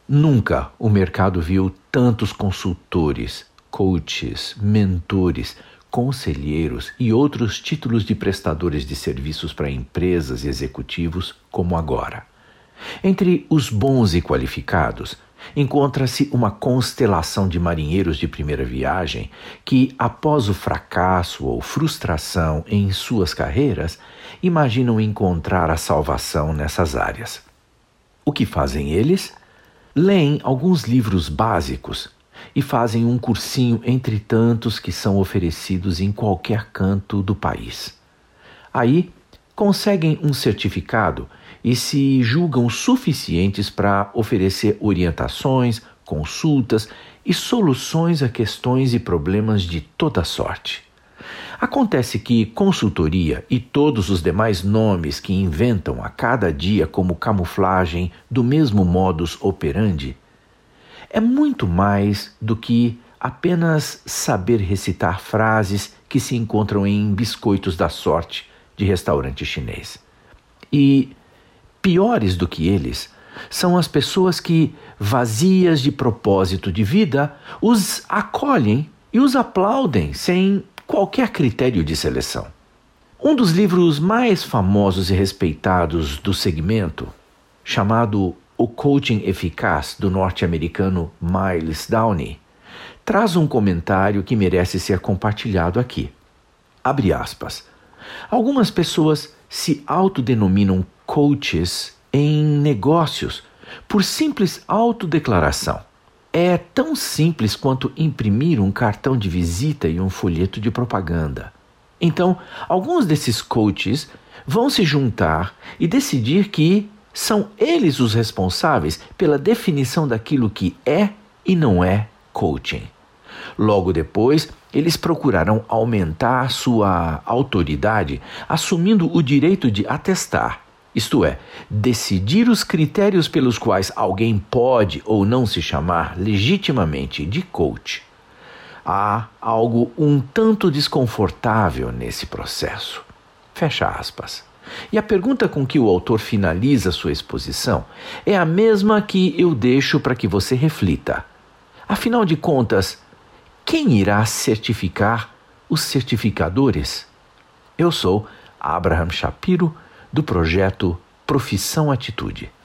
Nunca o mercado viu tantos consultores, coaches, mentores, conselheiros e outros títulos de prestadores de serviços para empresas e executivos como agora. Entre os bons e qualificados, encontra-se uma constelação de marinheiros de primeira viagem que, após o fracasso ou frustração em suas carreiras, imaginam encontrar a salvação nessas áreas. O que fazem eles? Leem alguns livros básicos e fazem um cursinho entre tantos que são oferecidos em qualquer canto do país. Aí, conseguem um certificado e se julgam suficientes para oferecer orientações, consultas e soluções a questões e problemas de toda sorte. Acontece que consultoria e todos os demais nomes que inventam a cada dia como camuflagem do mesmo modus operandi é muito mais do que apenas saber recitar frases que se encontram em biscoitos da sorte de restaurante chinês. E piores do que eles são as pessoas que, vazias de propósito de vida, os acolhem e os aplaudem sem qualquer critério de seleção. Um dos livros mais famosos e respeitados do segmento, chamado O Coaching Eficaz, do norte-americano Miles Downey, traz um comentário que merece ser compartilhado aqui. Abre aspas. Algumas pessoas se autodenominam coaches em negócios por simples autodeclaração. É tão simples quanto imprimir um cartão de visita e um folheto de propaganda. Então, alguns desses coaches vão se juntar e decidir que são eles os responsáveis pela definição daquilo que é e não é coaching. Logo depois, eles procurarão aumentar sua autoridade, assumindo o direito de atestar, isto é, decidir os critérios pelos quais alguém pode ou não se chamar legitimamente de coach. Há algo um tanto desconfortável nesse processo. Fecha aspas. E a pergunta com que o autor finaliza sua exposição é a mesma que eu deixo para que você reflita. Afinal de contas, quem irá certificar os certificadores? Eu sou Abraham Shapiro, do projeto Profissão Atitude.